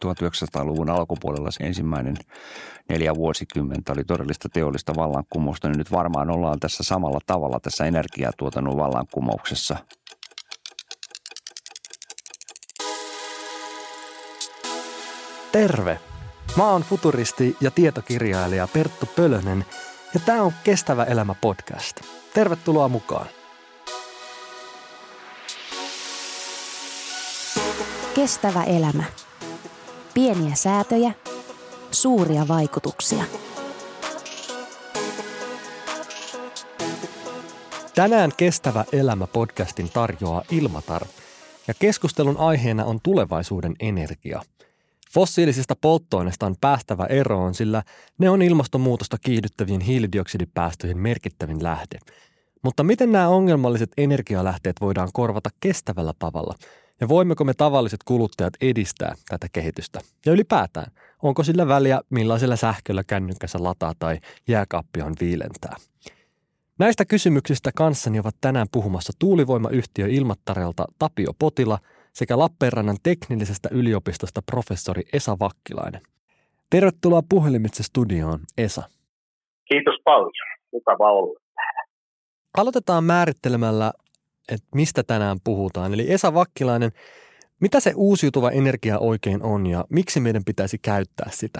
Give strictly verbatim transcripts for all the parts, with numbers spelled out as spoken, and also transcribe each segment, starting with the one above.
tuhatyhdeksänsataaluvun alkupuolella se ensimmäinen neljä vuosikymmentä oli todellista teollista vallankumousta, niin nyt varmaan ollaan tässä samalla tavalla tässä energiatuotannon vallankumouksessa. Terve! Mä oon futuristi ja tietokirjailija Perttu Pölönen ja tää on Kestävä elämä podcast. Tervetuloa mukaan! Kestävä elämä. Pieniä säätöjä, suuria vaikutuksia. Tänään Kestävä elämä podcastin tarjoaa Ilmatar ja keskustelun aiheena on tulevaisuuden energia. Fossiilisista polttoaineista on päästävä eroon, sillä ne on ilmastonmuutosta kiihdyttävien hiilidioksidipäästöjen merkittävin lähde. Mutta miten nämä ongelmalliset energialähteet voidaan korvata kestävällä tavalla? Ja voimmeko me tavalliset kuluttajat edistää tätä kehitystä? Ja ylipäätään, onko sillä väliä, millaisella sähköllä kännykkässä lataa tai jääkaappiaan viilentää? Näistä kysymyksistä kanssani ovat tänään puhumassa tuulivoimayhtiö Ilmattarelta Tapio Potila sekä Lappeenrannan teknillisestä yliopistosta professori Esa Vakkilainen. Tervetuloa puhelimitse studioon, Esa. Kiitos paljon. Mukava olla täällä. Aloitetaan määrittelemällä, että mistä tänään puhutaan. Eli Esa Vakkilainen, mitä se uusiutuva energia oikein on ja miksi meidän pitäisi käyttää sitä?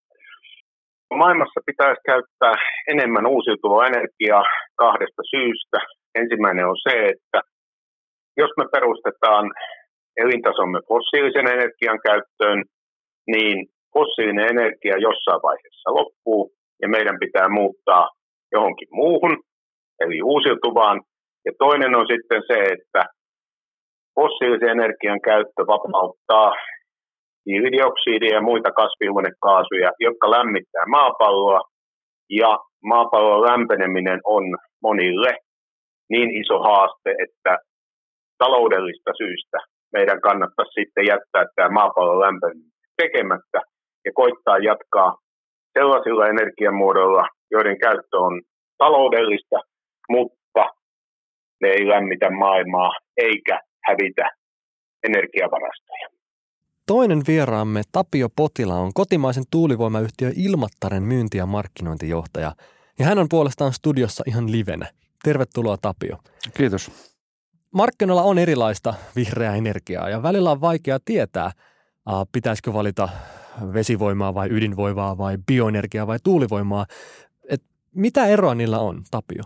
Maailmassa pitäisi käyttää enemmän uusiutuvaa energiaa kahdesta syystä. Ensimmäinen on se, että jos me perustetaan elintasomme fossiilisen energian käyttöön, niin fossiilinen energia jossain vaiheessa loppuu ja meidän pitää muuttaa johonkin muuhun, eli uusiutuvaan. Ja toinen on sitten se, että fossiilisen energian käyttö vapauttaa hiilidioksidia ja muita kasvihuonekaasuja, jotka lämmittää maapalloa. Ja maapallon lämpeneminen on monille niin iso haaste, että taloudellista syistä meidän kannattaisi sitten jättää tämä maapallon lämpeneminen tekemättä ja koittaa jatkaa sellaisilla energiamuodoilla, joiden käyttö on taloudellista, mutta ne ei lämmitä maailmaa eikä hävitä energiavarastoja. Toinen vieraamme Tapio Potila on kotimaisen tuulivoimayhtiö Ilmattaren myynti- ja markkinointijohtaja. Ja hän on puolestaan studiossa ihan livenä. Tervetuloa Tapio. Kiitos. Markkinoilla on erilaista vihreää energiaa ja välillä on vaikea tietää, pitäisikö valita vesivoimaa vai ydinvoimaa vai bioenergiaa vai tuulivoimaa. Et mitä eroa niillä on, Tapio?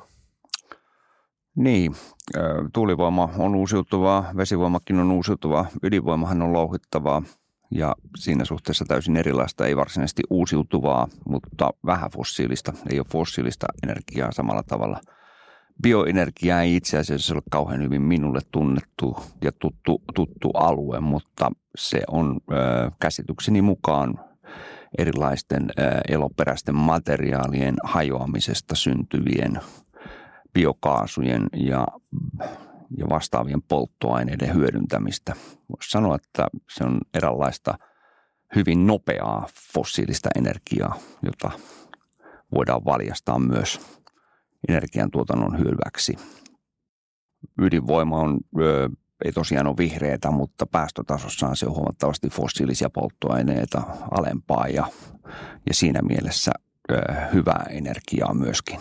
Niin, tuulivoima on uusiutuvaa, vesivoimakin on uusiutuvaa, ydinvoimahan on louhittavaa ja siinä suhteessa täysin erilaista, ei varsinaisesti uusiutuvaa, mutta vähän fossiilista, ei ole fossiilista energiaa samalla tavalla. Bioenergia ei itse asiassa ole kauhean hyvin minulle tunnettu ja tuttu, tuttu alue, mutta se on ö, käsitykseni mukaan erilaisten ö, eloperäisten materiaalien hajoamisesta syntyvien biokaasujen ja, ja vastaavien polttoaineiden hyödyntämistä. Voisi sanoa, että se on eräänlaista hyvin nopeaa fossiilista energiaa, jota voidaan valjastaa myös energiantuotannon hyödyksi. Ydinvoima on, ö, ei tosiaan ole vihreätä, mutta päästötasossaan se on huomattavasti fossiilisia polttoaineita alempaa ja, ja siinä mielessä ö, hyvää energiaa myöskin.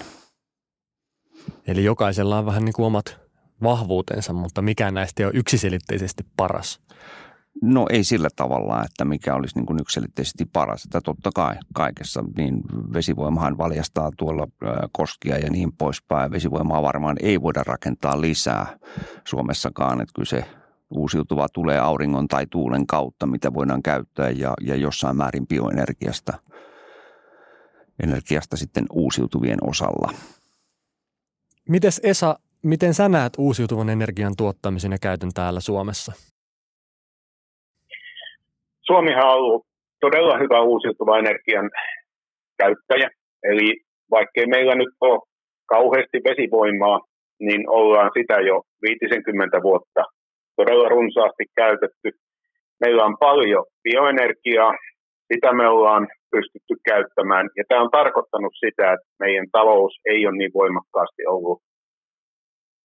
Eli jokaisella on vähän niin kuin omat vahvuutensa, mutta mikään näistä ei ole yksiselitteisesti paras. No ei sillä tavalla, että mikä olisi niin kuin yksiselitteisesti paras. Että totta kai kaikessa, niin vesivoimahan valjastaa tuolla koskia ja niin poispäin. Vesivoimaa varmaan ei voida rakentaa lisää Suomessakaan, että kyllä se uusiutuva tulee auringon tai tuulen kautta, mitä voidaan käyttää ja, ja jossain määrin bioenergiasta energiasta sitten uusiutuvien osalla. Mites Esa, miten sä näet uusiutuvan energian tuottamisen ja käytön täällä Suomessa? Suomihan on ollut todella hyvä uusiutuvan energian käyttäjä. Eli vaikkei meillä nyt ole kauheasti vesivoimaa, niin ollaan sitä jo viisikymmentä vuotta todella runsaasti käytetty. Meillä on paljon bioenergiaa, sitä me ollaan pystytty käyttämään. Ja tämä on tarkoittanut sitä, että meidän talous ei ole niin voimakkaasti ollut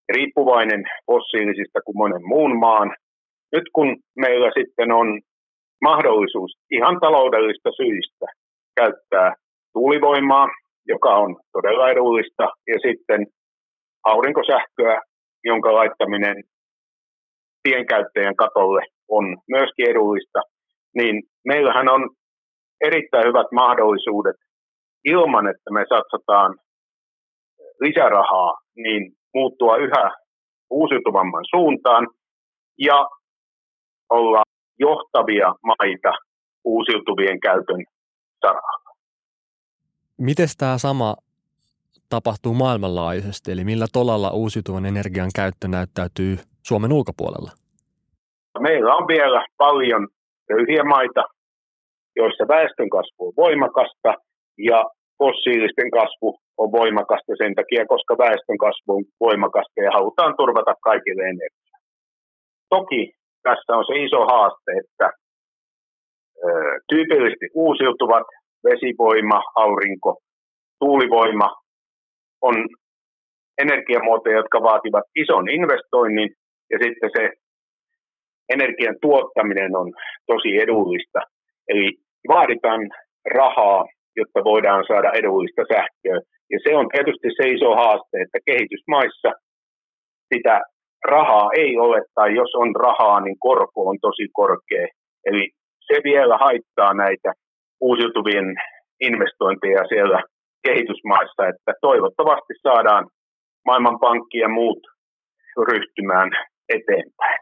riippuvainen fossiilisista kuin monen muun maan. Nyt kun meillä sitten on mahdollisuus ihan taloudellista syistä käyttää tuulivoimaa, joka on todella edullista, ja sitten aurinkosähköä, jonka laittaminen pienkäyttäjän katolle on myöskin edullista, niin meillähän on erittäin hyvät mahdollisuudet ilman, että me satsataan lisärahaa, niin muuttua yhä uusiutuvamman suuntaan ja olla johtavia maita uusiutuvien käytön saralla. Miten tämä sama tapahtuu maailmanlaajuisesti, eli millä tolalla uusiutuvan energian käyttö näyttäytyy Suomen ulkopuolella? Meillä on vielä paljon köyhiä maita, joissa väestönkasvu on voimakasta ja fossiilisten kasvu on voimakasta sen takia, koska väestönkasvu on voimakasta ja halutaan turvata kaikille energiaa. Toki tässä on se iso haaste, että ö, tyypillisesti uusiutuvat vesivoima, aurinko, tuulivoima on energiamuotoja, jotka vaativat ison investoinnin ja sitten se energian tuottaminen on tosi edullista. Eli vaaditaan rahaa, jotta voidaan saada edullista sähköä. Ja se on tietysti se iso haaste, että kehitysmaissa sitä rahaa ei ole, tai jos on rahaa, niin korko on tosi korkea. Eli se vielä haittaa näitä uusiutuvien investointeja siellä kehitysmaissa, että toivottavasti saadaan Maailmanpankki ja muut ryhtymään eteenpäin.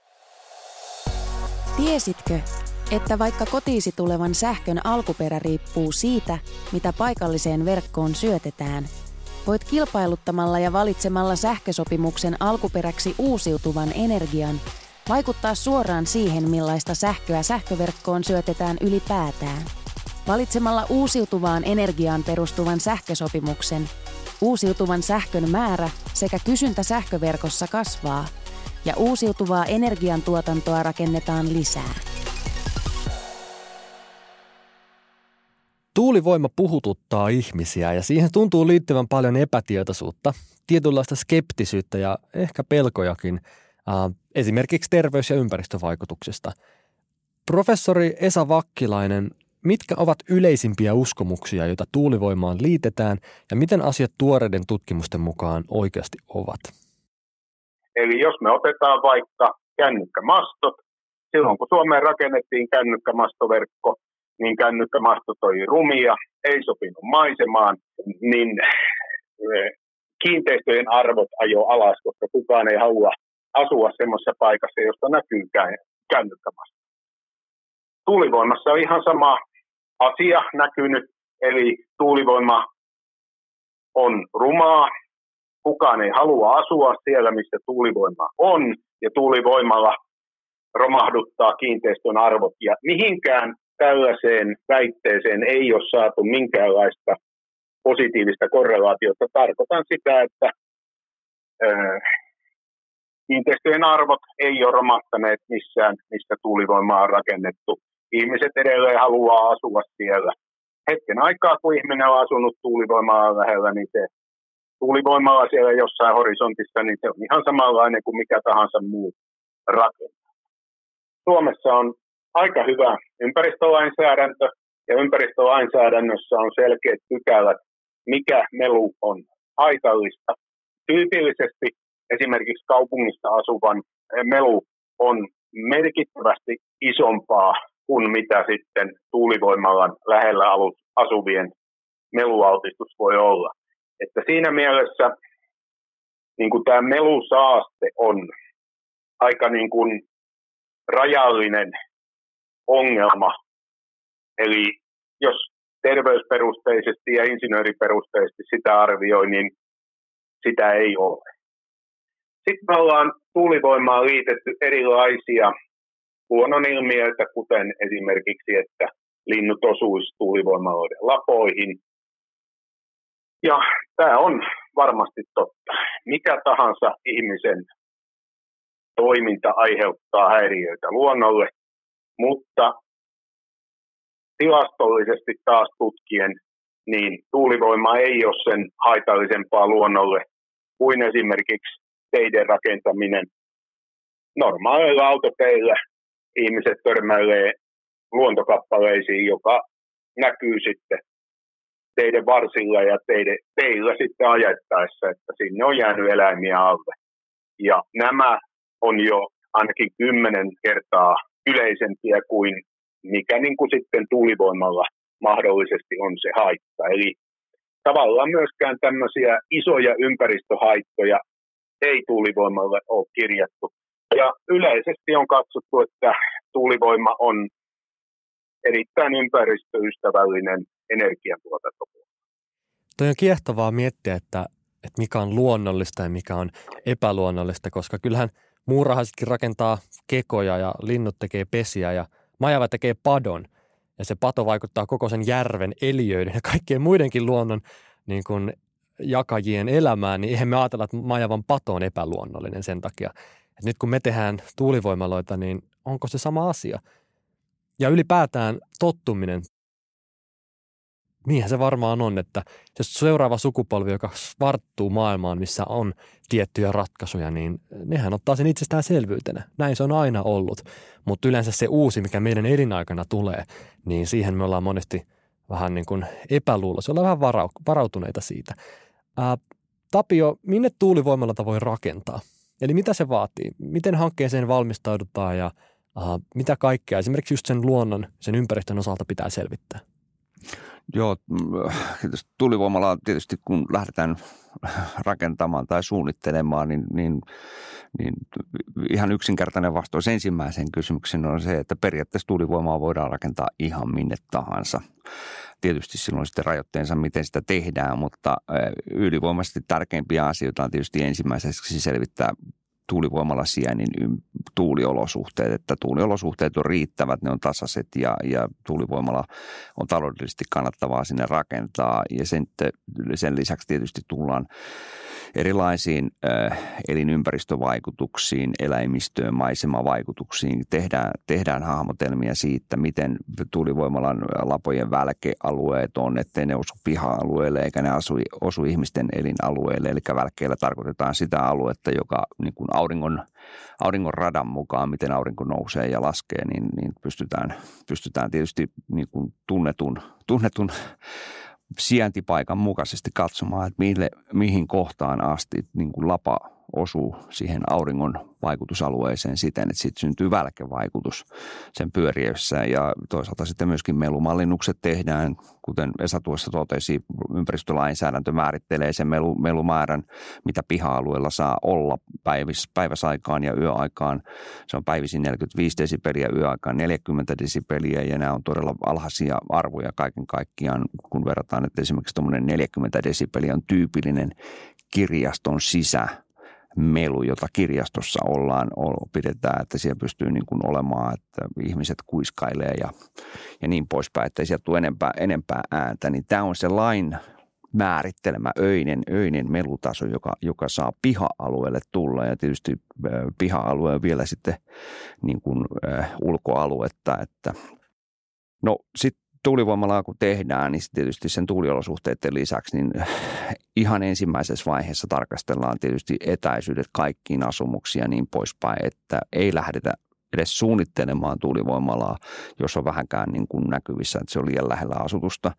Tiesitkö, että vaikka kotiisi tulevan sähkön alkuperä riippuu siitä, mitä paikalliseen verkkoon syötetään, voit kilpailuttamalla ja valitsemalla sähkösopimuksen alkuperäksi uusiutuvan energian vaikuttaa suoraan siihen, millaista sähköä sähköverkkoon syötetään ylipäätään. Valitsemalla uusiutuvaan energiaan perustuvan sähkösopimuksen, uusiutuvan sähkön määrä sekä kysyntä sähköverkossa kasvaa ja uusiutuvaa energiantuotantoa rakennetaan lisää. Tuulivoima puhututtaa ihmisiä ja siihen tuntuu liittyvän paljon epätietoisuutta, tietynlaista skeptisyyttä ja ehkä pelkojakin, äh, esimerkiksi terveys- ja ympäristövaikutuksista. Professori Esa Vakkilainen, mitkä ovat yleisimpiä uskomuksia, joita tuulivoimaan liitetään ja miten asiat tuoreiden tutkimusten mukaan oikeasti ovat? Eli jos me otetaan vaikka kännykkämastot, silloin kun Suomeen rakennettiin kännykkämastoverkko, niin kännykkämasto toi rumia, ei sopinut maisemaan, niin kiinteistöjen arvot ajo alas, koska kukaan ei halua asua semmoisessa paikassa, josta näkyy kännykkämasto. Tuulivoimassa on ihan sama asia näkynyt, eli tuulivoima on rumaa, kukaan ei halua asua siellä, missä tuulivoima on, ja tuulivoimalla romahduttaa kiinteistön arvot, ja mihinkään tällaiseen väitteeseen ei ole saatu minkäänlaista positiivista korrelaatiota. Tarkoitan sitä, että ää, kiinteistöjen arvot ei ole romahtaneet missään, mistä tuulivoimaa on rakennettu. Ihmiset edelleen haluaa asua siellä. Hetken aikaa, kun ihminen on asunut tuulivoimaa lähellä, niin se tuulivoimalla siellä jossain horisontissa, niin se on ihan samanlainen kuin mikä tahansa muu rakennus. Suomessa on aika hyvä ympäristölainsäädäntö, ja ympäristölainsäädännössä on selkeät pykälät, mikä melu on haitallista. Tyypillisesti esimerkiksi kaupungissa asuvan melu on merkittävästi isompaa kuin mitä sitten tuulivoimalan lähellä asuvien melualtistus voi olla. Että siinä mielessä niin kuin tämä melusaaste on aika niin kuin rajallinen ongelma. Eli jos terveysperusteisesti ja insinööriperusteisesti sitä arvioi, niin sitä ei ole. Sitten me ollaan tuulivoimaan liitetty erilaisia luonnonilmiöitä, kuten esimerkiksi, että linnut osuisi tuulivoimaloiden lapoihin. Ja tämä on varmasti totta. Mikä tahansa ihmisen toiminta aiheuttaa häiriöitä luonnolle, mutta tilastollisesti taas tutkien, niin tuulivoima ei ole sen haitallisempaa luonnolle kuin esimerkiksi teiden rakentaminen. Normaaleilla autoteillä ihmiset törmäilee luontokappaleisiin, joka näkyy sitten teidän varsilla ja teidän, teillä sitten ajettaessa, että sinne on jäänyt eläimiä alle. Ja nämä on jo ainakin kymmenen kertaa yleisempiä kuin mikä niin kuin sitten tuulivoimalla mahdollisesti on se haitta. Eli tavallaan myöskään tämmöisiä isoja ympäristöhaittoja ei tuulivoimalle ole kirjattu. Ja yleisesti on katsottu, että tuulivoima on erittäin ympäristöystävällinen energiantuotanto. Toi on kiehtovaa miettiä, että, että mikä on luonnollista ja mikä on epäluonnollista, koska kyllähän muurahaisetkin rakentaa kekoja ja linnut tekee pesiä ja majava tekee padon. Ja se pato vaikuttaa koko sen järven, eliöiden ja kaikkien muidenkin luonnon niin kuin jakajien elämään, niin eihän me ajatella, että majavan pato on epäluonnollinen sen takia. Että nyt kun me tehdään tuulivoimaloita, niin onko se sama asia? Ja ylipäätään tottuminen, niinhän se varmaan on, että jos seuraava sukupolvi, joka varttuu maailmaan, missä on tiettyjä ratkaisuja, niin nehän ottaa sen itsestäänselvyytenä. Näin se on aina ollut. Mutta yleensä se uusi, mikä meidän elinaikana tulee, niin siihen me ollaan monesti vähän niin kuin epäluuloisia, ollaan vähän varautuneita siitä. Ää, Tapio, minne tuulivoimalata voi rakentaa? Eli mitä se vaatii? Miten hankkeeseen valmistaudutaan ja ää, mitä kaikkea esimerkiksi just sen luonnon, sen ympäristön osalta pitää selvittää? Joo, tuulivoimalla tietysti kun lähdetään rakentamaan tai suunnittelemaan, niin, niin, niin ihan yksinkertainen vastaus ensimmäiseen kysymykseen on se, että periaatteessa tuulivoimaa voidaan rakentaa ihan minne tahansa. Tietysti silloin sitten rajoitteensa, miten sitä tehdään, mutta ylivoimaisesti tärkeimpiä asioita on tietysti ensimmäiseksi selvittää tuulivoimalla sijainnin tuuliolosuhteet, että tuuliolosuhteet on riittävät, ne on tasaiset ja, ja tuulivoimalla on taloudellisesti kannattavaa sinne rakentaa ja sen, sen lisäksi tietysti tullaan erilaisiin äh, elinympäristövaikutuksiin, eläimistöön, maisemavaikutuksiin. Tehdään, tehdään hahmotelmia siitä, miten tuulivoimalan lapojen välkealueet on, ettei ne osu piha-alueelle eikä ne asu, osu ihmisten elinalueelle. Eli välkkeellä tarkoitetaan sitä aluetta, joka niin kuin auringon, auringon radan mukaan, miten aurinko nousee ja laskee, niin, niin pystytään, pystytään tietysti niin kuin tunnetun, tunnetun sijaintipaikan mukaisesti katsomaan, että mille, mihin kohtaan asti niin kuin lapa osuu siihen auringon vaikutusalueeseen siten, että siitä syntyy välkevaikutus sen pyöriössä ja toisaalta sitten myöskin melumallinnukset tehdään, kuten Esa tuossa totesi, ympäristölainsäädäntö määrittelee sen melu, melumäärän, mitä piha-alueella saa olla päivis, päiväsaikaan ja yöaikaan. Se on päivisin neljäkymmentäviisi desibeliä, yöaikaan neljäkymmentä desibeliä ja nämä on todella alhaisia arvoja kaiken kaikkiaan, kun verrataan, että esimerkiksi tuommoinen neljäkymmentä desibeliä on tyypillinen kirjaston sisä. Melu, jota kirjastossa ollaan, pidetään, että siellä pystyy niin kuin olemaan, että ihmiset kuiskailee ja, ja niin poispäin, että ei sieltä tule enempää, enempää ääntä, niin tämä on se lain määrittelemä öinen, öinen melutaso, joka, joka saa piha-alueelle tulla ja tietysti äh, piha-alue on vielä sitten niin kuin äh, ulkoaluetta, että no sitten tuulivoimalaa kun tehdään, niin tietysti sen tuuliolosuhteiden lisäksi, niin ihan ensimmäisessä vaiheessa tarkastellaan tietysti etäisyydet kaikkiin asumuksiin ja niin poispäin, että ei lähdetä edes suunnittelemaan tuulivoimalaa, jos on vähänkään niin kuin näkyvissä, että se on liian lähellä asutusta.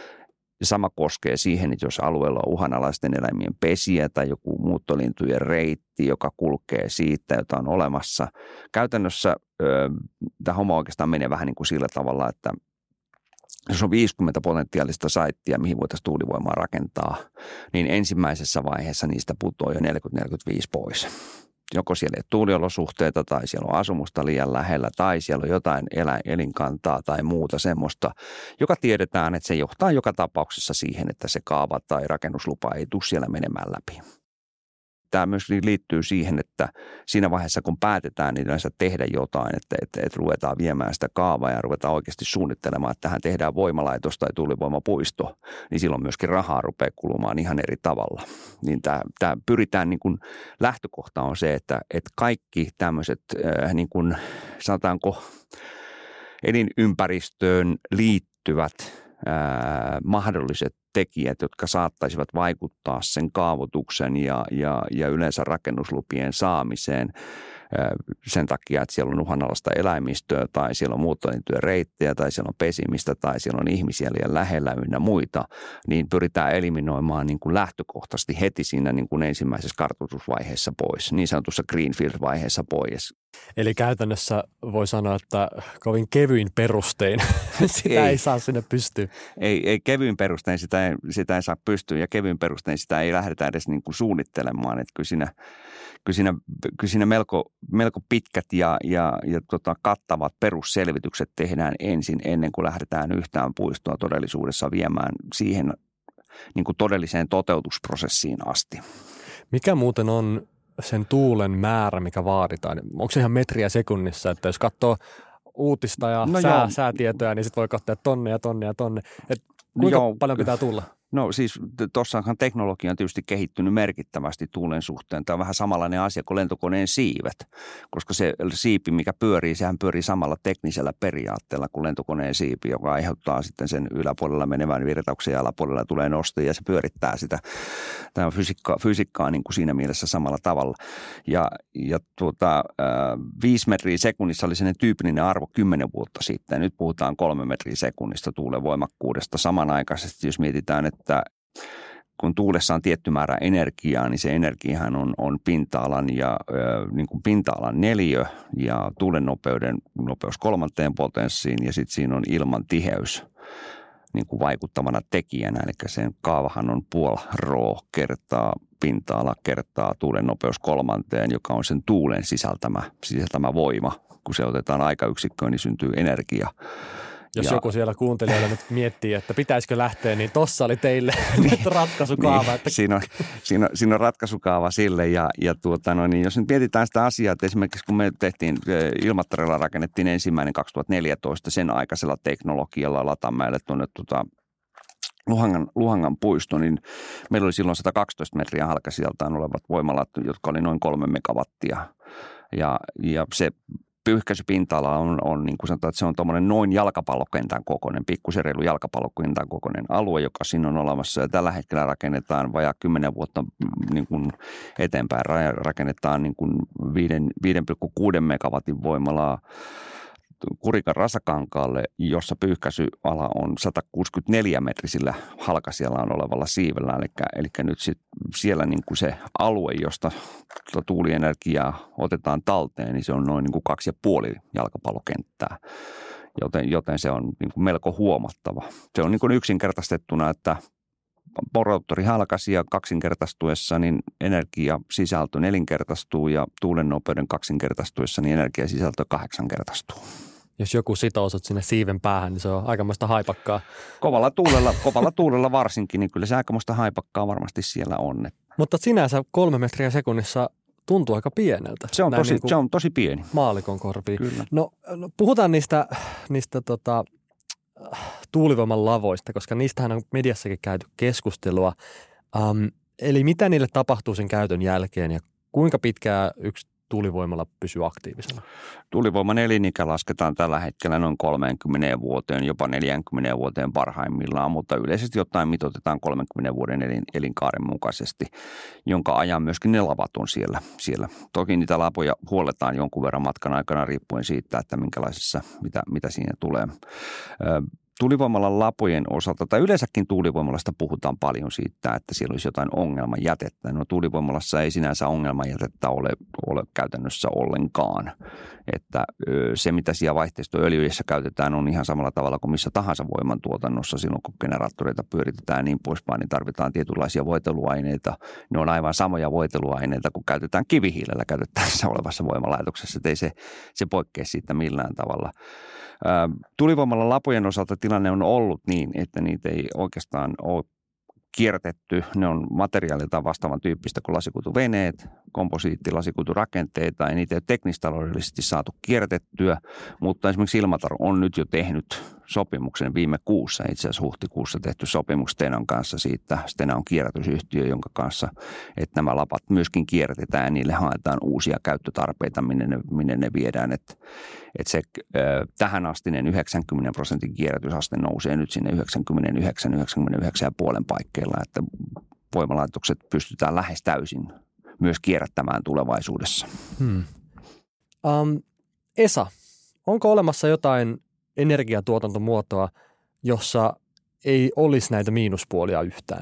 Sama koskee siihen, että jos alueella on uhanalaisten eläimien pesiä tai joku muuttolintujen reitti, joka kulkee siitä, jota on olemassa. Käytännössä tämä homma oikeastaan menee vähän niin kuin sillä tavalla, että jos on viisikymmentä potentiaalista saittia, mihin voitaisiin tuulivoimaa rakentaa, niin ensimmäisessä vaiheessa niistä putoaa jo neljäkymmentä neljäkymmentäviisi pois. Joko siellä ei ole tuuliolosuhteita tai siellä on asumusta liian lähellä tai siellä on jotain elä, elinkantaa tai muuta semmoista, joka tiedetään, että se johtaa joka tapauksessa siihen, että se kaava tai rakennuslupa ei tule siellä menemään läpi. Tämä myös liittyy siihen, että siinä vaiheessa kun päätetään, niin yleensä tehdä jotain, että, että, että ruvetaan viemään sitä kaavaa ja ruvetaan oikeasti suunnittelemaan, että tähän tehdään voimalaitos tai tuulivoimapuisto, niin silloin myöskin rahaa rupeaa kulumaan ihan eri tavalla. Niin tämä, tämä pyritään, niin kuin, lähtökohta on se, että, että kaikki tämmöiset äh, niin kuin, sanotaanko elinympäristöön liittyvät äh, mahdolliset tekijät, jotka saattaisivat vaikuttaa sen kaavoituksen ja, ja, ja yleensä rakennuslupien saamiseen, sen takia, että siellä on uhanalaista eläimistöä tai siellä on muuttoliittyjä reittejä tai siellä on pesimistä tai siellä on ihmisiä liian lähellä ynnä muita, niin pyritään eliminoimaan niin kuin lähtökohtaisesti heti siinä niin kuin ensimmäisessä kartoitusvaiheessa pois, niin sanotussa greenfield-vaiheessa pois. Eli käytännössä voi sanoa, että kovin kevyin perustein sitä ei, ei saa sinne pystyä. Ei, ei kevyin perustein sitä ei, sitä ei saa pystyä ja kevyin perustein sitä ei lähdetä edes niin kuin suunnittelemaan. Että kyllä siinä, kyllä siinä, kyllä siinä melko, melko pitkät ja, ja, ja tota, kattavat perusselvitykset tehdään ensin ennen kuin lähdetään yhtään puistoa todellisuudessa viemään siihen niin kuin todelliseen toteutusprosessiin asti. Mikä muuten on sen tuulen määrä, mikä vaaditaan? Onko se ihan metriä sekunnissa, että jos katsoo uutista ja no sää, säätietoja, niin sitten voi katsoa tonne ja tonne ja tonne. Et kuinka joo, paljon pitää tulla? No siis tuossahan teknologia on tietysti kehittynyt merkittävästi tuulen suhteen. Tämä on vähän samanlainen asia kuin lentokoneen siivet, koska se siipi, mikä pyörii, sehän pyörii samalla teknisellä periaatteella kuin lentokoneen siipi, joka aiheuttaa sitten sen yläpuolella menevän virtauksen ja alapuolella tulee noste ja se pyörittää sitä. Tämä on fysiikkaa, fysiikkaa niin kuin siinä mielessä samalla tavalla. Ja, ja tuota, viisi metriä sekunnissa oli sellainen tyypillinen arvo kymmenen vuotta sitten. Nyt puhutaan kolme metriä sekunnista tuulen voimakkuudesta samanaikaisesti, jos mietitään, että että kun tuulessa on tietty määrä energiaa, niin se energiahan on, on pinta-alan ja ö, niin kuin pinta-alan neliö ja tuulen nopeuden nopeus kolmanteen potenssiin ja sitten siinä on ilman tiheys niin kuin vaikuttavana tekijänä. Eli sen kaavahan on puol rho kertaa pinta-ala kertaa tuulen nopeus kolmanteen, joka on sen tuulen sisältämä, sisältämä voima. Kun se otetaan aikayksikköön, niin syntyy energia. Jos ja joku siellä kuuntelijoilla nyt miettii, että pitäisikö lähteä, niin tossa oli teille nyt ratkaisukaava. Niin, että siinä, on, siinä, on, siinä on ratkaisukaava sille ja, ja tuota, no niin, jos nyt mietitään sitä asiaa, että esimerkiksi kun me tehtiin, Ilmattarilla rakennettiin ensimmäinen kaksituhattaneljätoista sen aikaisella teknologialla Latamäelle tuonne tuota, Luhangan, Luhangan puisto, niin meillä oli silloin sata kaksitoista metriä halkasijaltaan olevat voimalat, jotka oli noin kolme megawattia ja, ja se pyyhkäisypinta-ala on, on niin kuin sanotaan, että se on tuommoinen noin jalkapallokentän kokoinen, pikkusen reilu jalkapallokentän kokoinen alue, joka siinä on olemassa. Ja tällä hetkellä rakennetaan vajaa kymmenen vuotta niin kuin eteenpäin, rakennetaan niin kuin viisi pilkku kuusi megawatin voimalaa Kurikan Rasakankaalle, jossa pyyhkäisyala on sata kuusikymmentäneljä metrisillä halkasijallaan olevalla siivellä. Eli, eli nyt sit siellä niin kuin se alue, josta tuulienergiaa otetaan talteen, niin se on noin niin kuin kaksi ja puoli jalkapallokenttää. Joten, joten se on niin kuin melko huomattava. Se on niin kuin yksinkertaistettuna, että poroottori halkasia kaksinkertaistuessa, niin energiasisältö nelinkertaistuu ja tuulen nopeuden kaksinkertaistuessa, niin energiasisältö kahdeksankertaistuu. Jos joku sitoo sut sinne siiven päähän, niin se on aikamoista haipakkaa. Kovalla tuulella, kovalla tuulella varsinkin, niin kyllä se aikamoista haipakkaa varmasti siellä on. Mutta sinänsä kolme metriä sekunnissa tuntuu aika pieneltä. Se on, tosi, niin se on tosi pieni. Maalikon korviin. Kyllä. No, no puhutaan niistä, niistä tota, tuulivoiman lavoista, koska niistähän on mediassakin käyty keskustelua. Um, eli mitä niille tapahtuu sen käytön jälkeen ja kuinka pitkään yksi tuulivoimalla pysyy aktiivisena? Tuulivoiman elinikä lasketaan tällä hetkellä noin kolmekymmentä vuoteen, jopa neljäkymmentä vuoteen parhaimmillaan, mutta yleisesti ottaen mitoitetaan kolmenkymmenen vuoden elin, elinkaaren mukaisesti, jonka ajan myöskin ne lavat on siellä. siellä. Toki niitä lapoja huolletaan jonkun verran matkan aikana riippuen siitä, että minkälaisessa, mitä, mitä siinä tulee. Ö, Tuulivoimalan lapojen osalta, tai yleensäkin tuulivoimalasta puhutaan paljon siitä, että siellä olisi jotain ongelmanjätettä. No tuulivoimalassa ei sinänsä ongelmanjätettä ole, ole käytännössä ollenkaan. Että se, mitä siellä vaihteistoöljyissä käytetään, on ihan samalla tavalla kuin missä tahansa voimantuotannossa. Silloin kun generaattoreita pyöritetään ja niin poispäin, niin tarvitaan tietynlaisia voiteluaineita. Ne on aivan samoja voiteluaineita, kun käytetään kivihiilellä käytettävissä olevassa voimalaitoksessa. Että ei se, se poikkea siitä millään tavalla. Tuulivoimalla lapojen osalta tilanne on ollut niin, että niitä ei oikeastaan ole kierrätetty. Ne on materiaaliltaan vastaavan tyyppistä kuin lasikuituveneet, komposiittilasikuiturakenteita, ja niitä ei ole teknistaloudellisesti saatu kierrätettyä, mutta esimerkiksi Ilmatar on nyt jo tehnyt sopimuksen viime kuussa, itse asiassa huhtikuussa tehty sopimus Stenan kanssa siitä. Stena on kierrätysyhtiö, jonka kanssa, että nämä lapat myöskin kierrätetään ja niille haetaan uusia käyttötarpeita, minne ne, minne ne viedään. Että, että se äh, tähän astinen yhdeksänkymmentä prosentin kierrätysaste nousee nyt sinne yhdeksänkymmentäyhdeksän yhdeksänkymmentäyhdeksän pilkku viisi paikkeilla, että voimalaitokset pystytään lähes täysin myös kierrättämään tulevaisuudessa. Hmm. Um, Esa, onko olemassa jotain energiatuotantomuotoa, jossa ei olisi näitä miinuspuolia yhtään?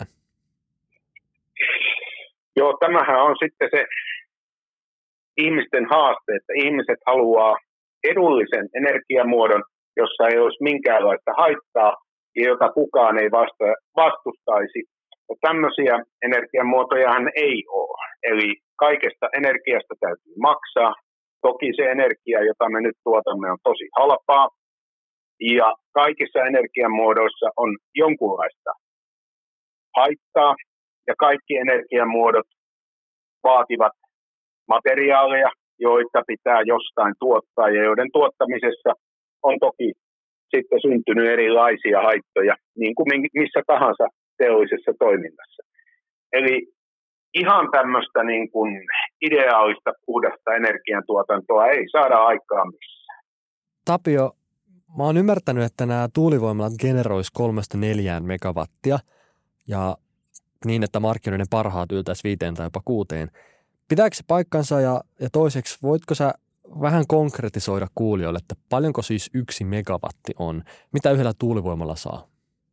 Joo, tämähän on sitten se ihmisten haaste, että ihmiset haluaa edullisen energiamuodon, jossa ei olisi minkäänlaista haittaa ja jota kukaan ei vasta, vastustaisi. Ja tämmöisiä energiamuotojahan ei ole. Eli kaikesta energiasta täytyy maksaa. Toki se energia, jota me nyt tuotamme, on tosi halpaa. Ja kaikissa energiamuodoissa on jonkunlaista haittaa. Ja kaikki energiamuodot vaativat materiaaleja, joita pitää jostain tuottaa ja joiden tuottamisessa on toki sitten syntynyt erilaisia haittoja, niin kuin missä tahansa teollisessa toiminnassa. Eli ihan tämmöistä niin kuin ideaalista puhdasta energiantuotantoa ei saada aikaan missään. Tapio, mä oon ymmärtänyt, että nämä tuulivoimalat generois kolmesta neljään megawattia ja niin, että markkinoiden parhaat yltäisi viiteen tai jopa kuuteen. Pitääkö se paikkansa ja, ja toiseksi, voitko sä vähän konkretisoida kuulijoille, että paljonko siis yksi megawatti on? Mitä yhdellä tuulivoimalla saa?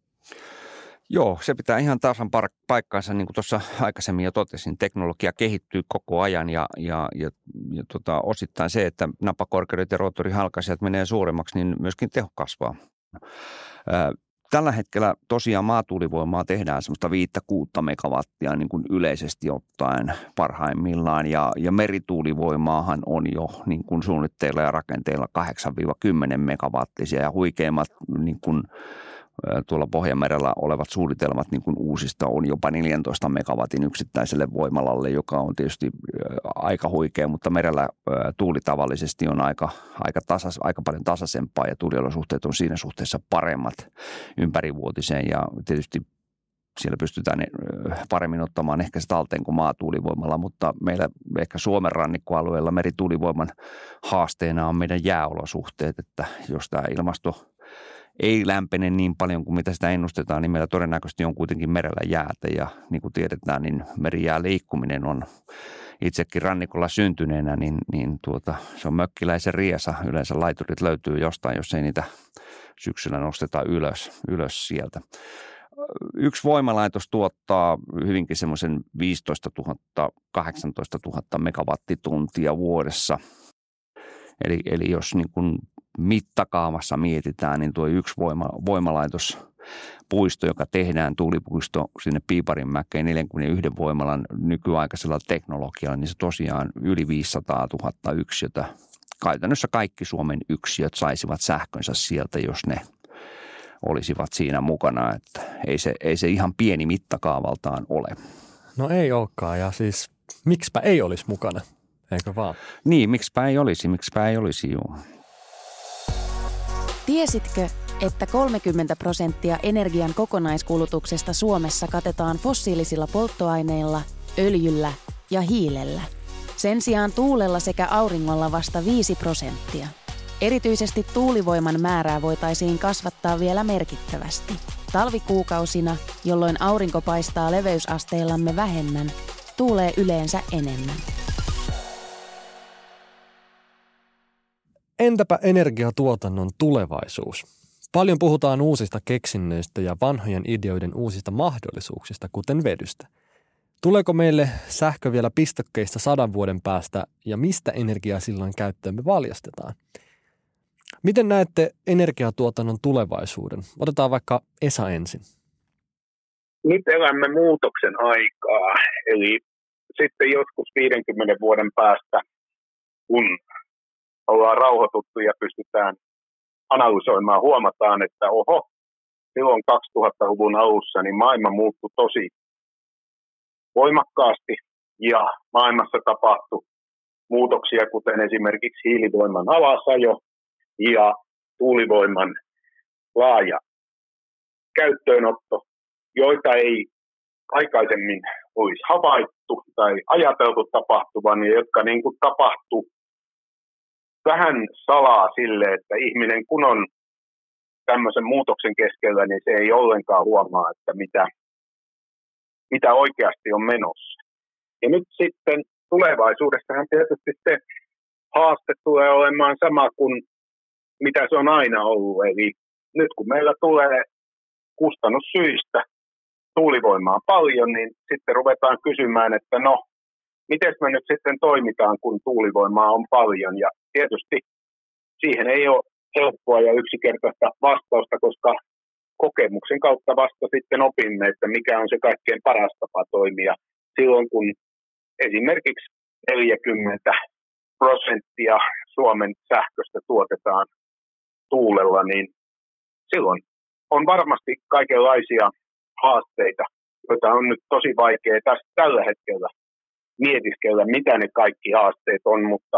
Joo, se pitää ihan tasan paikkaansa, niin kuin tuossa aikaisemmin jo totesin. Teknologia kehittyy koko ajan ja, ja, ja, ja tota, osittain se, että napakorkeudet ja roottorihalkaisijat menee suuremmaksi, niin myöskin teho kasvaa. Ää, Tällä hetkellä tosiaan maatuulivoimaa tehdään semmoista viittä kuutta megawattia niin kuin yleisesti ottaen parhaimmillaan ja, ja merituulivoimaahan on jo niin kuin suunnitteilla ja rakenteilla kahdeksan kymmenen megawattisia ja huikeimmat niin kuin tuolla Pohjanmerellä olevat suunnitelmat niin kuin uusista on jopa neljäntoista megawatin yksittäiselle voimalalle, joka on tietysti aika huikea, mutta merellä tuuli tavallisesti on aika, aika, tasas, aika paljon tasaisempaa ja tuuliolosuhteet on siinä suhteessa paremmat ympärivuotiseen ja tietysti siellä pystytään paremmin ottamaan ehkä se talteen kuin maatuulivoimalla, mutta meillä ehkä Suomen rannikkoalueella merituulivoiman haasteena on meidän jääolosuhteet, että jos tämä ilmasto ei lämpene niin paljon kuin mitä sitä ennustetaan, niin meillä todennäköisesti on kuitenkin merellä jäätä ja niin kuin tiedetään, niin merijää liikkuminen on itsekin rannikolla syntyneenä, niin, niin tuota, se on mökkiläisen riesa. Yleensä laiturit löytyy jostain, jos ei niitä syksyllä nosteta ylös, ylös sieltä. Yksi voimalaitos tuottaa hyvinkin semmoisen viisitoistatuhatta kahdeksantoistatuhatta megawattituntia vuodessa. Eli, eli jos niin kuin mittakaavassa mietitään, niin tuo yksi voima, voimalaitospuisto, joka tehdään, tuulipuisto sinne Piiparinmäkeen neljänkymmenenyhden voimalan nykyaikaisella teknologialla, niin se tosiaan yli viisisataatuhatta yksiötä. Käytännössä kaikki Suomen yksiöt saisivat sähkönsä sieltä, jos ne olisivat siinä mukana, että ei se, ei se ihan pieni mittakaavaltaan ole. No ei olekaan, ja siis miksipä ei olisi mukana, eikö vaan? Niin, miksipä ei olisi, miksipä ei olisi, joo. Tiesitkö, että kolmekymmentä prosenttia energian kokonaiskulutuksesta Suomessa katetaan fossiilisilla polttoaineilla, öljyllä ja hiilellä? Sen sijaan tuulella sekä auringolla vasta viisi prosenttia. Erityisesti tuulivoiman määrää voitaisiin kasvattaa vielä merkittävästi. Talvikuukausina, jolloin aurinko paistaa leveysasteillamme vähemmän, tuulee yleensä enemmän. Entäpä energiatuotannon tulevaisuus? Paljon puhutaan uusista keksinnöistä ja vanhojen ideoiden uusista mahdollisuuksista, kuten vedystä. Tuleeko meille sähkö vielä pistokkeista sadan vuoden päästä ja mistä energiaa silloin käyttöön me valjastetaan? Miten näette energiatuotannon tulevaisuuden? Otetaan vaikka Esa ensin. Nyt elämme muutoksen aikaa, eli sitten joskus viidenkymmenen vuoden päästä, kun ollaan rauhoituttu ja pystytään analysoimaan, huomataan, että oho, silloin kaksituhattaluvun alussa niin maailma muuttui tosi voimakkaasti ja maailmassa tapahtui muutoksia, kuten esimerkiksi hiilivoiman alasajo ja tuulivoiman laaja käyttöönotto, joita ei aikaisemmin olisi havaittu tai ajateltu tapahtuvan ja jotka niin kuin tapahtui vähän salaa sille, että ihminen kun on tämmöisen muutoksen keskellä, niin se ei ollenkaan huomaa, että mitä, mitä oikeasti on menossa. Ja nyt sitten tulevaisuudessahan tietysti se haaste tulee olemaan sama kuin mitä se on aina ollut. Eli nyt kun meillä tulee kustannussyistä tuulivoimaa paljon, niin sitten ruvetaan kysymään, että no, miten me nyt sitten toimitaan, kun tuulivoimaa on paljon. Ja tietysti siihen ei ole helppoa ja yksinkertaista vastausta, koska kokemuksen kautta vasta sitten opimme, että mikä on se kaikkein paras tapa toimia silloin, kun esimerkiksi neljäkymmentä prosenttia Suomen sähköstä tuotetaan tuulella, niin silloin on varmasti kaikenlaisia haasteita, joita on nyt tosi vaikea tässä tällä hetkellä mietiskellä, mitä ne kaikki haasteet on, mutta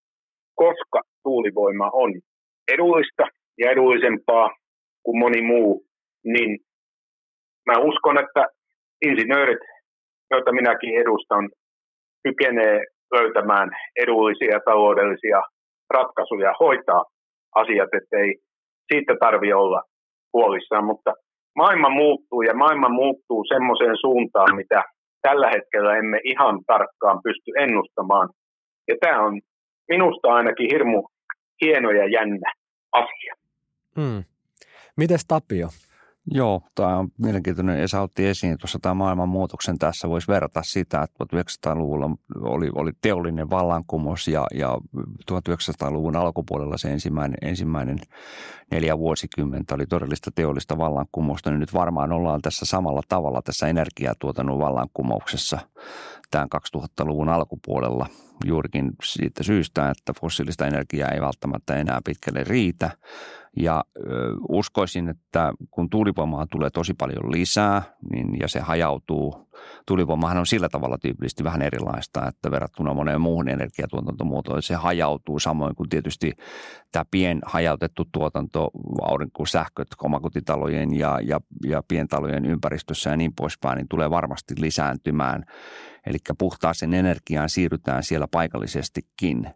koska tuulivoima on edullista ja edullisempaa kuin moni muu, niin mä uskon, että insinöörit, joita minäkin edustan, kykenee löytämään edullisia ja taloudellisia ratkaisuja hoitaa asiat, ettei siitä tarvitse olla huolissaan, mutta maailma muuttuu ja maailma muuttuu semmoiseen suuntaan, mitä tällä hetkellä emme ihan tarkkaan pysty ennustamaan. Ja tämä on minusta ainakin hirmu hieno ja jännä asia. Hmm. Mites Tapio? Joo, tämä on mielenkiintoinen. Esa otti esiin tuossa tämä maailmanmuutoksen tässä. Voisi verrata sitä, että tuhatyhdeksänsataaluvulla oli, oli teollinen vallankumous ja, ja tuhatyhdeksänsataaluvun alkupuolella se ensimmäinen, ensimmäinen neljä vuosikymmentä oli todellista teollista vallankumousta. Niin nyt varmaan ollaan tässä samalla tavalla tässä energiatuotannon vallankumouksessa tämän kaksituhattaluvun alkupuolella juurikin siitä syystä, että fossiilista energiaa ei välttämättä enää pitkälle riitä. Ja ö, uskoisin, että kun tuulivoimaa tulee tosi paljon lisää niin, ja se hajautuu, tuulivoimahan on sillä tavalla tyypillisesti vähän erilaista, että verrattuna moneen muuhun energiatuotantomuotoon se hajautuu samoin kuin tietysti tämä pien hajautettu tuotanto, aurinkosähköt omakotitalojen ja, ja, ja pientalojen ympäristössä ja niin poispäin, niin tulee varmasti lisääntymään. Eli puhtaaseen energiaan siirrytään siellä paikallisestikin.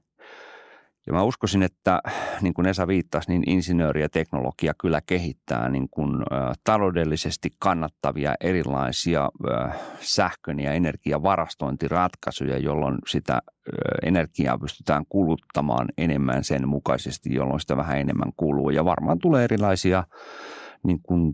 Ja mä uskoisin, että niin kuin Esa viittasi, niin insinööri ja teknologia kyllä kehittää niin kuin, ä, taloudellisesti kannattavia erilaisia ä, sähkön ja energiavarastointiratkaisuja, jolloin sitä ä, energiaa pystytään kuluttamaan enemmän sen mukaisesti, jolloin sitä vähän enemmän kuluu. Ja varmaan tulee erilaisia niin kuin,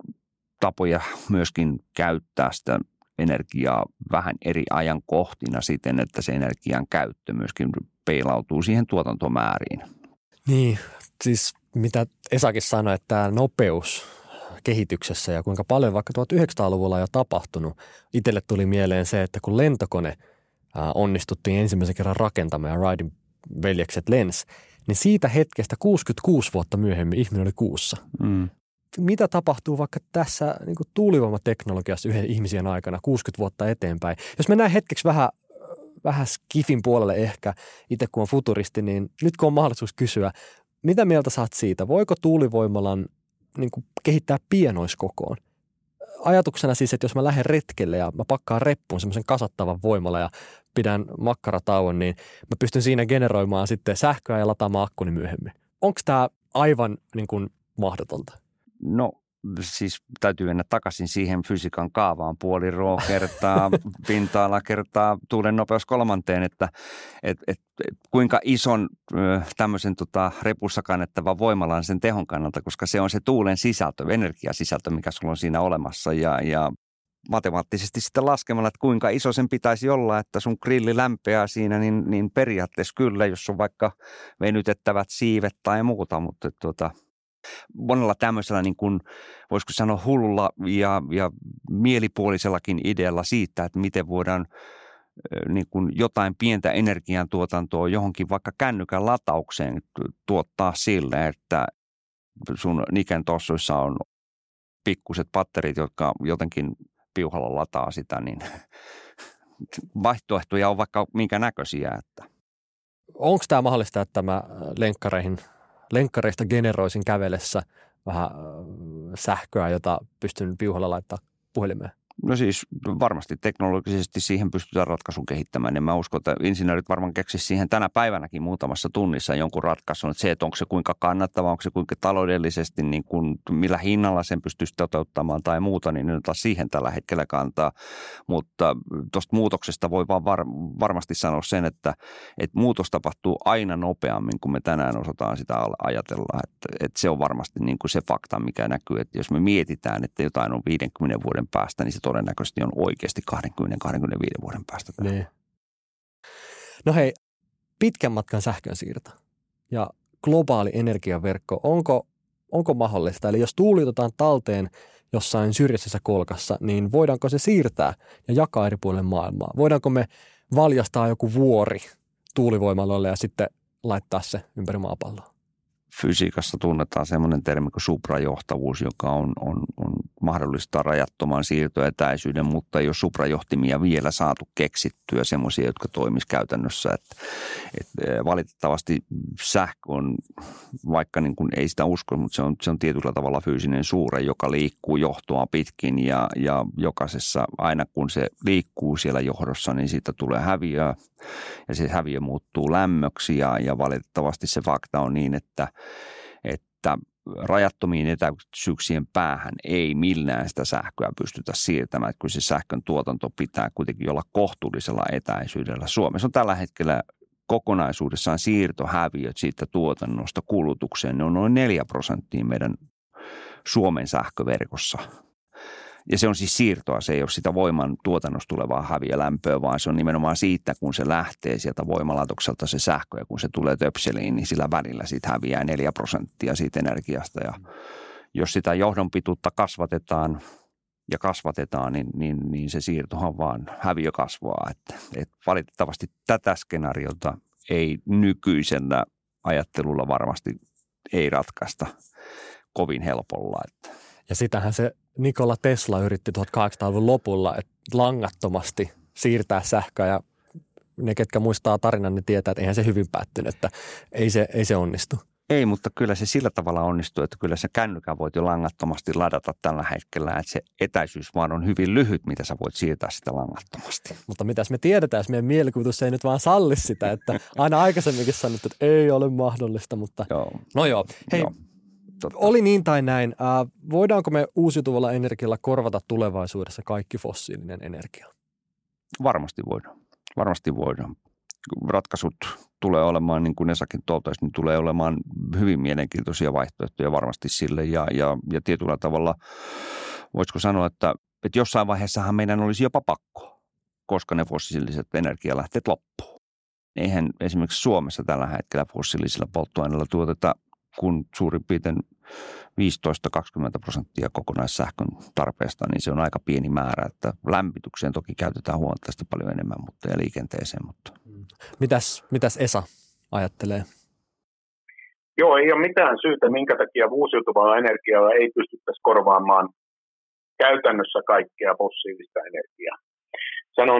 tapoja myöskin käyttää sitä energiaa vähän eri ajankohtina siten, että se energian käyttö myöskin peilautuu siihen tuotantomääriin. Niin, siis mitä Esakin sanoi, että tämä nopeus kehityksessä ja kuinka paljon vaikka tuhatyhdeksänsataaluvulla on jo tapahtunut. Itselle tuli mieleen se, että kun lentokone onnistuttiin ensimmäisen kerran rakentamaan ja Wrightin veljekset lens, niin siitä hetkestä kuusikymmentäkuusi vuotta myöhemmin ihminen oli kuussa. Mm. Mitä tapahtuu vaikka tässä niin kuin tuulivoimateknologiassa yhden ihmisen aikana kuusikymmentä vuotta eteenpäin? Jos mennään hetkeksi vähän, vähän skifin puolelle ehkä, itse kun on futuristi, niin nyt kun on mahdollisuus kysyä, mitä mieltä saat siitä? Voiko tuulivoimalan niin kuin kehittää pienoiskokoon? Ajatuksena siis, että jos mä lähden retkelle ja mä pakkaan reppuun semmoisen kasattavan voimalla ja pidän makkaratauon, niin mä pystyn siinä generoimaan sitten sähköä ja lataamaan akkuni myöhemmin. Onko tämä aivan niin kuin mahdotonta? No siis täytyy mennä takaisin siihen fysiikan kaavaan, puoli rho kertaa pinta-ala kertaa tuulen nopeus kolmanteen, että et, et, et, kuinka ison tämmöisen tota, repussa kannettavan voimalan sen tehon kannalta, koska se on se tuulen sisältö, energiasisältö, mikä sulla on siinä olemassa ja, ja matemaattisesti sitten laskemalla, että kuinka iso sen pitäisi olla, että sun grilli lämpeää siinä, niin, niin periaatteessa kyllä, jos on vaikka venytettävät siivet tai muuta, mutta tuota monella tämmöisellä, niin kuin, voisiko sanoa hullulla ja, ja mielipuolisellakin idealla siitä, että miten voidaan niin kuin jotain pientä energiantuotantoa johonkin vaikka kännykän lataukseen tuottaa sille, että sun Niken tossuissa on pikkuset patterit, jotka jotenkin piuhalla lataa sitä, niin vaihtoehtoja on vaikka minkä näköisiä. Että. Onko tämä mahdollista, että mä lenkkareihin Lenkkareista generoisin kävelessä vähän sähköä, jota pystyn piuhalla laittaa puhelimeen? No siis varmasti teknologisesti siihen pystytään ratkaisun kehittämään. Ja mä uskon, että insinöörit varmaan keksisivät siihen tänä päivänäkin muutamassa tunnissa jonkun ratkaisun. Että se, että onko se kuinka kannattava, onko se kuinka taloudellisesti, niin kuin, millä hinnalla sen pystyisi toteuttamaan tai muuta, niin nyt taas siihen tällä hetkellä kantaa. Mutta tuosta muutoksesta voi vaan var, varmasti sanoa sen, että, että muutos tapahtuu aina nopeammin, kun me tänään osataan sitä ajatella. Että, että se on varmasti niin kuin se fakta, mikä näkyy, että jos me mietitään, että jotain on viidenkymmenen vuoden päästä, niin se todennäköisesti on oikeasti kaksikymmentä kaksikymmentäviisi vuoden päästä. Niin. No hei, pitkän matkan sähkönsiirto ja globaali energiaverkko, onko, onko mahdollista? Eli jos tuuli otetaan talteen jossain syrjäisessä kolkassa, niin voidaanko se siirtää ja jakaa eri puolille maailmaa? Voidaanko me valjastaa joku vuori tuulivoimaloille ja sitten laittaa se ympäri maapalloa? Fysiikassa tunnetaan semmoinen termi kuin suprajohtavuus, joka on, on, on mahdollistaa rajattoman siirtoetäisyyden, mutta ei ole suprajohtimia vielä saatu keksittyä semmoisia, jotka toimisi käytännössä. Että, että valitettavasti sähkö on, vaikka niin kuin ei sitä usko, mutta se on, se on tietyllä tavalla fyysinen suure, joka liikkuu johtoa pitkin ja, ja jokaisessa, aina kun se liikkuu siellä johdossa, niin siitä tulee häviöä ja se häviö muuttuu lämmöksi ja, ja valitettavasti se fakta on niin, että että rajattomiin etäisyyksien päähän ei millään sitä sähköä pystytä siirtämään, kun se sähkön tuotanto pitää kuitenkin olla kohtuullisella etäisyydellä. Suomessa on tällä hetkellä kokonaisuudessaan siirtohäviöt siitä tuotannosta kulutukseen. Ne on noin neljä prosenttia meidän Suomen sähköverkossa. Ja se on siis siirtoa, se ei ole sitä voiman tuotannosta tulevaa häviölämpöä, vaan se on nimenomaan siitä, kun se lähtee sieltä voimalaitokselta se sähkö ja kun se tulee töpseliin, niin sillä välillä siitä häviää neljä prosenttia siitä energiasta. Ja jos sitä johdonpituutta kasvatetaan ja kasvatetaan, niin, niin, niin se siirtohan vaan häviö kasvaa. Että, että valitettavasti tätä skenaariota ei nykyisellä ajattelulla varmasti ei ratkaista kovin helpolla, että ja sitähän se Nikola Tesla yritti tuhatkahdeksansataaluvun lopulla, että langattomasti siirtää sähköä ja ne, ketkä muistaa tarinan, niin tietää, että eihän se hyvin päättynyt, että ei se, ei se onnistu. Ei, mutta kyllä se sillä tavalla onnistuu, että kyllä se kännykän voit jo langattomasti ladata tällä hetkellä, että se etäisyys vaan on hyvin lyhyt, mitä sä voit siirtää sitä langattomasti. Mutta mitäs me tiedetään, jos meidän mielikuvitus ei nyt vaan salli sitä, että aina aikaisemminkin sanottu, että ei ole mahdollista, mutta joo. No joo, hei. Joo. Totta. Oli niin tai näin. Äh, voidaanko me uusiutuvalla energialla korvata tulevaisuudessa kaikki fossiilinen energia? Varmasti voidaan. Varmasti voidaan. Ratkaisut tulee olemaan, niin kuin Esakin totesi, niin tulee olemaan hyvin mielenkiintoisia vaihtoehtoja varmasti sille. Ja, ja, ja tietyllä tavalla voisiko sanoa, että, että jossain vaiheessahan meidän olisi jopa pakko, koska ne fossiiliset energialähteet loppuu. Eihän esimerkiksi Suomessa tällä hetkellä fossiilisilla polttoaineilla tuoteta kun suurin piirtein viisitoista kaksikymmentä prosenttia kokonaissähkön tarpeesta, niin se on aika pieni määrä, että lämmitykseen toki käytetään huomattavasti paljon enemmän, mutta ja liikenteeseen. Mutta. Mitäs, mitäs Esa ajattelee? Joo, ei ole mitään syytä, minkä takia uusiutuvalla energialla ei pystyttäisi korvaamaan käytännössä kaikkea fossiilista energiaa. Sanon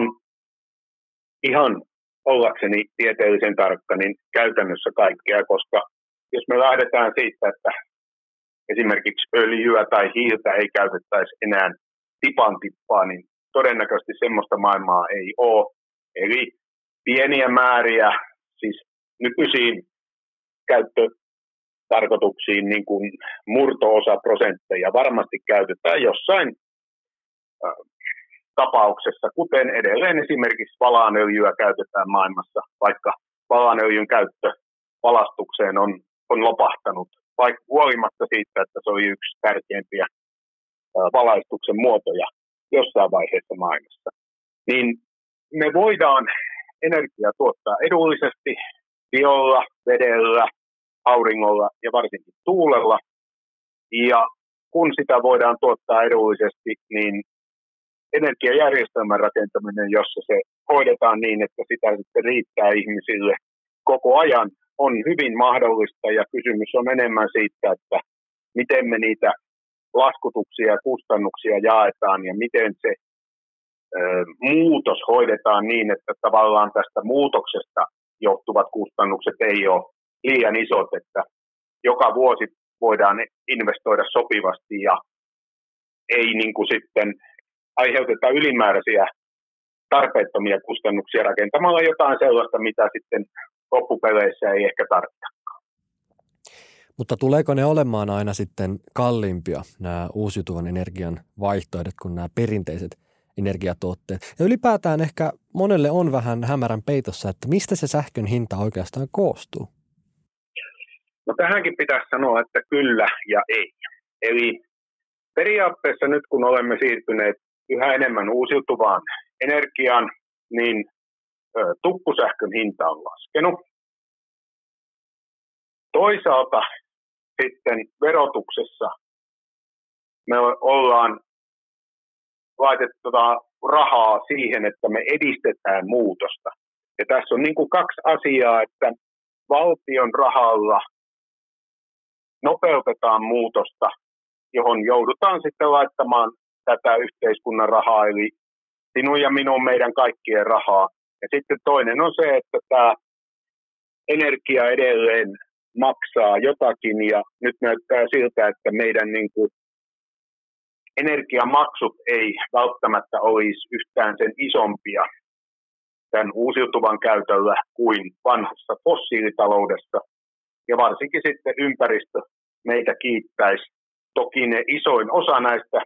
ihan ollakseni tieteellisen tarkka, niin käytännössä kaikkea, koska jos me lähdetään siitä, että esimerkiksi öljyä tai hiiltä ei käytettäisi enää tipan tippaa, niin todennäköisesti semmoista maailmaa ei ole. Eli pieniä määriä, siis nykyisiin käyttötarkoituksiin niin kuin murto-osa prosentteja varmasti käytetään jossain äh, tapauksessa, kuten edelleen esimerkiksi valaanöljyä käytetään maailmassa, vaikka valaanöljyn käyttö valastukseen on on lopahtanut, vaikka huolimatta siitä, että se oli yksi tärkeimpiä valaistuksen muotoja jossain vaiheessa maailmassa. Niin me voidaan energiaa tuottaa edullisesti biolla, vedellä, auringolla ja varsinkin tuulella. Ja kun sitä voidaan tuottaa edullisesti, niin energiajärjestelmän rakentaminen, jossa se hoidetaan niin, että sitä sitten riittää ihmisille koko ajan, on hyvin mahdollista ja kysymys on enemmän siitä, että miten me niitä laskutuksia ja kustannuksia jaetaan ja miten se ö, muutos hoidetaan niin, että tavallaan tästä muutoksesta johtuvat kustannukset ei ole liian isot, että joka vuosi voidaan investoida sopivasti ja ei niin kuin sitten aiheutetaan ylimääräisiä tarpeettomia kustannuksia rakentamalla jotain sellaista, mitä sitten loppupeleissä ei ehkä tarvita. Mutta tuleeko ne olemaan aina sitten kalliimpia, nämä uusiutuvan energian vaihtoehdot, kuin nämä perinteiset energiatuotteet? Ja ylipäätään ehkä monelle on vähän hämärän peitossa, että mistä se sähkön hinta oikeastaan koostuu? No tähänkin pitäisi sanoa, että kyllä ja ei. Eli periaatteessa nyt kun olemme siirtyneet yhä enemmän uusiutuvaan energiaan, niin ö, tukkusähkön hinta on laskenut. Toisaalta sitten verotuksessa me ollaan laitettu rahaa siihen, että me edistetään muutosta. Ja tässä on niin kuin kaksi asiaa, että valtion rahalla nopeutetaan muutosta, johon joudutaan sitten laittamaan tätä yhteiskunnan rahaa, eli sinun ja minun meidän kaikkien rahaa. Ja sitten toinen on se, että tämä energia edelleen maksaa jotakin, ja nyt näyttää siltä, että meidän niin kuin energiamaksut ei välttämättä olisi yhtään sen isompia tämän uusiutuvan käytöllä kuin vanhassa fossiilitaloudessa. Ja varsinkin sitten ympäristö meitä kiittäisi. Toki ne isoin osa näistä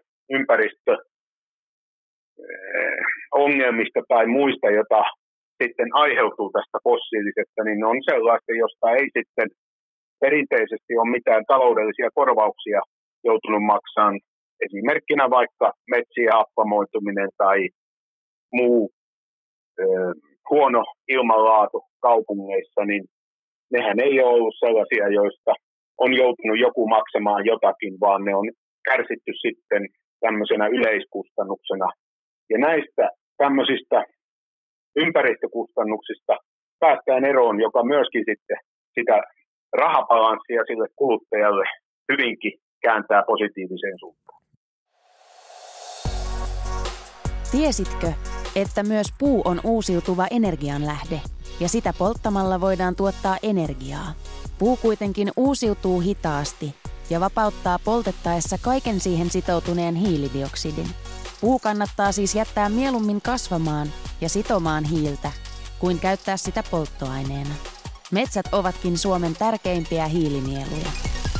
ympäristöongelmista tai muista, joita sitten aiheutuu tästä fossiilisesta, niin ne on sellaista, josta ei sitten perinteisesti ole mitään taloudellisia korvauksia joutunut maksamaan. Esimerkkinä vaikka metsien happamoituminen tai muu ö, huono ilmanlaatu kaupungeissa, niin nehän ei ole ollut sellaisia, joista on joutunut joku maksamaan jotakin, vaan ne on kärsitty sitten tämmöisenä yleiskustannuksena. Ja näistä tämmöisistä ympäristökustannuksista päästään eroon, joka myöskin sitten sitä rahapalanssia sille kuluttajalle hyvinkin kääntää positiiviseen suuntaan. Tiesitkö, että myös puu on uusiutuva energianlähde ja sitä polttamalla voidaan tuottaa energiaa? Puu kuitenkin uusiutuu hitaasti ja vapauttaa poltettaessa kaiken siihen sitoutuneen hiilidioksidin. Puu kannattaa siis jättää mieluummin kasvamaan ja sitomaan hiiltä, kuin käyttää sitä polttoaineena. Metsät ovatkin Suomen tärkeimpiä hiilinieluja.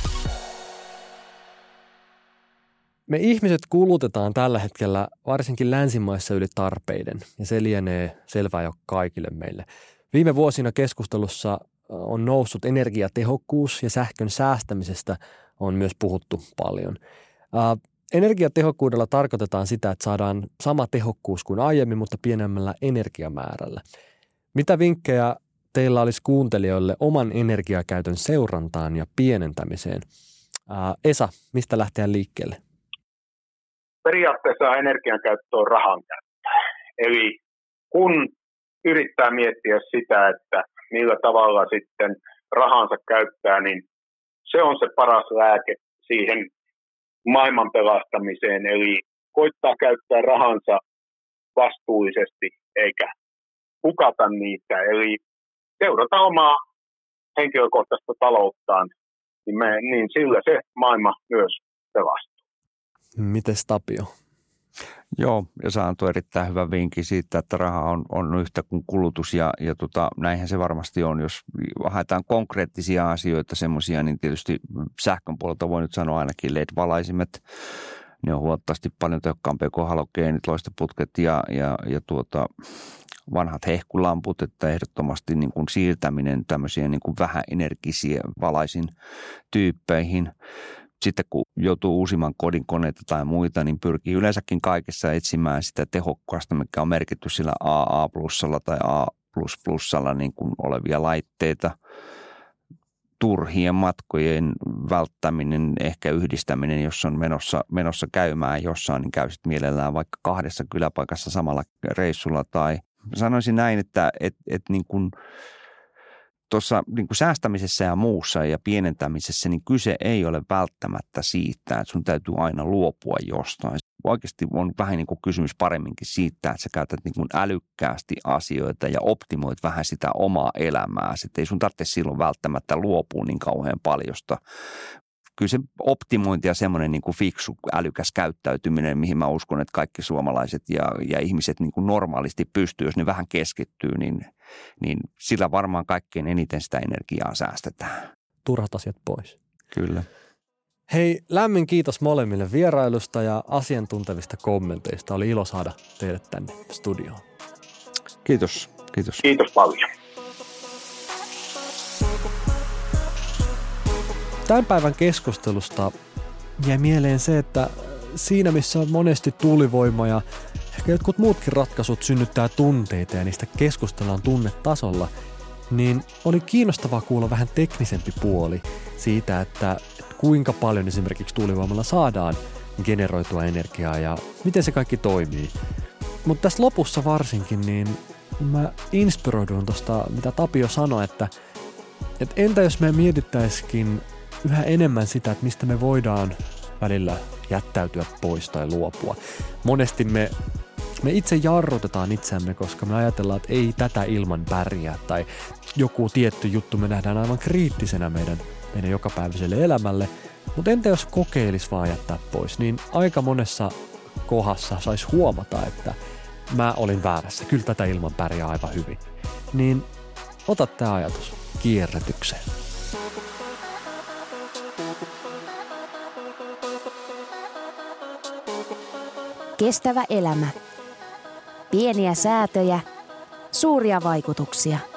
Me ihmiset kulutetaan tällä hetkellä varsinkin länsimaissa yli tarpeiden, ja se lienee selvää jo kaikille meille. Viime vuosina keskustelussa on noussut energiatehokkuus ja sähkön säästämisestä on myös puhuttu paljon. Ää, energiatehokkuudella tarkoitetaan sitä, että saadaan sama tehokkuus kuin aiemmin, mutta pienemmällä energiamäärällä. Mitä vinkkejä teillä olisi kuuntelijoille oman energiakäytön seurantaan ja pienentämiseen? Ää, Esa, mistä lähteä liikkeelle? Periaatteessa energiankäyttö on rahan käyttö. Eli kun yrittää miettiä sitä, että millä tavalla sitten rahansa käyttää, niin se on se paras lääke siihen maailman pelastamiseen. Eli koittaa käyttää rahansa vastuullisesti eikä hukata niitä. Eli seurata omaa henkilökohtaista talouttaan, niin, me, niin sillä se maailma myös pelastuu. Mites Tapio? Joo, ja se antoi erittäin hyvä vinkki siitä, että raha on, on yhtä kuin kulutus ja, ja tota, näinhän se varmasti on. Jos haetaan konkreettisia asioita semmoisia, niin tietysti sähkön puolelta voi nyt sanoa ainakin L E D-valaisimet. Ne on huomattavasti paljon tehokkaampia kuin halogeenit, loistoputket ja, ja, ja tuota, vanhat hehkulamput, että ehdottomasti niin kuin siirtäminen tämmöisiä niin kuin vähäenergisiä valaisin tyyppeihin. Sitten kun joutuu uusimaan kodin koneita tai muita, niin pyrkii yleensäkin kaikessa etsimään sitä tehokkaasta, mikä on merkitty sillä A A-plussalla tai A++:lla niin kuin olevia laitteita. Turhien matkojen välttäminen, ehkä yhdistäminen, jos on menossa, menossa käymään jossain, niin käy sitten mielellään vaikka kahdessa kyläpaikassa samalla reissulla. Tai sanoisin näin, että et, et niin kuin tuossa niin kuin säästämisessä ja muussa ja pienentämisessä, niin kyse ei ole välttämättä siitä, että sun täytyy aina luopua jostain. Oikeasti on vähän niin kuin kysymys paremminkin siitä, että sä käytät niin kuin älykkäästi asioita ja optimoit vähän sitä omaa elämää. Sitten ei sun tarvitse silloin välttämättä luopua niin kauhean paljosta. kyllä se optimointi ja semmoinen niin kuin fiksu, älykäs käyttäytyminen, mihin mä uskon, että kaikki suomalaiset ja, ja ihmiset niin kuin normaalisti pystyy, jos ne vähän keskittyy, niin, niin sillä varmaan kaikkein eniten sitä energiaa säästetään. Turhat asiat pois. Kyllä. Hei, lämmin kiitos molemmille vierailusta ja asiantuntevista kommenteista. Oli ilo saada teidät tänne studioon. Kiitos. Kiitos. Kiitos paljon. Tämän päivän keskustelusta jäi mieleen se, että siinä missä monesti tuulivoima ja ehkä jotkut muutkin ratkaisut synnyttää tunteita ja niistä keskustellaan tunnetasolla, niin oli kiinnostavaa kuulla vähän teknisempi puoli siitä, että, että kuinka paljon esimerkiksi tuulivoimalla saadaan generoitua energiaa ja miten se kaikki toimii. Mutta tässä lopussa varsinkin, niin mä inspiroiduin tuosta, mitä Tapio sanoi, että, että entä jos me mietittäisikin yhä enemmän sitä, että mistä me voidaan välillä jättäytyä pois tai luopua. Monesti me, me itse jarrutetaan itseämme, koska me ajatellaan, että ei tätä ilman pärjää tai joku tietty juttu me nähdään aivan kriittisenä meidän, meidän jokapäiväiselle elämälle. Mutta entä jos kokeilis vaan jättää pois, niin aika monessa kohdassa saisi huomata, että mä olin väärässä, kyllä tätä ilman pärjää aivan hyvin. Niin ota tämä ajatus kierrätykseen. Kestävä elämä. Pieniä säätöjä, suuria vaikutuksia.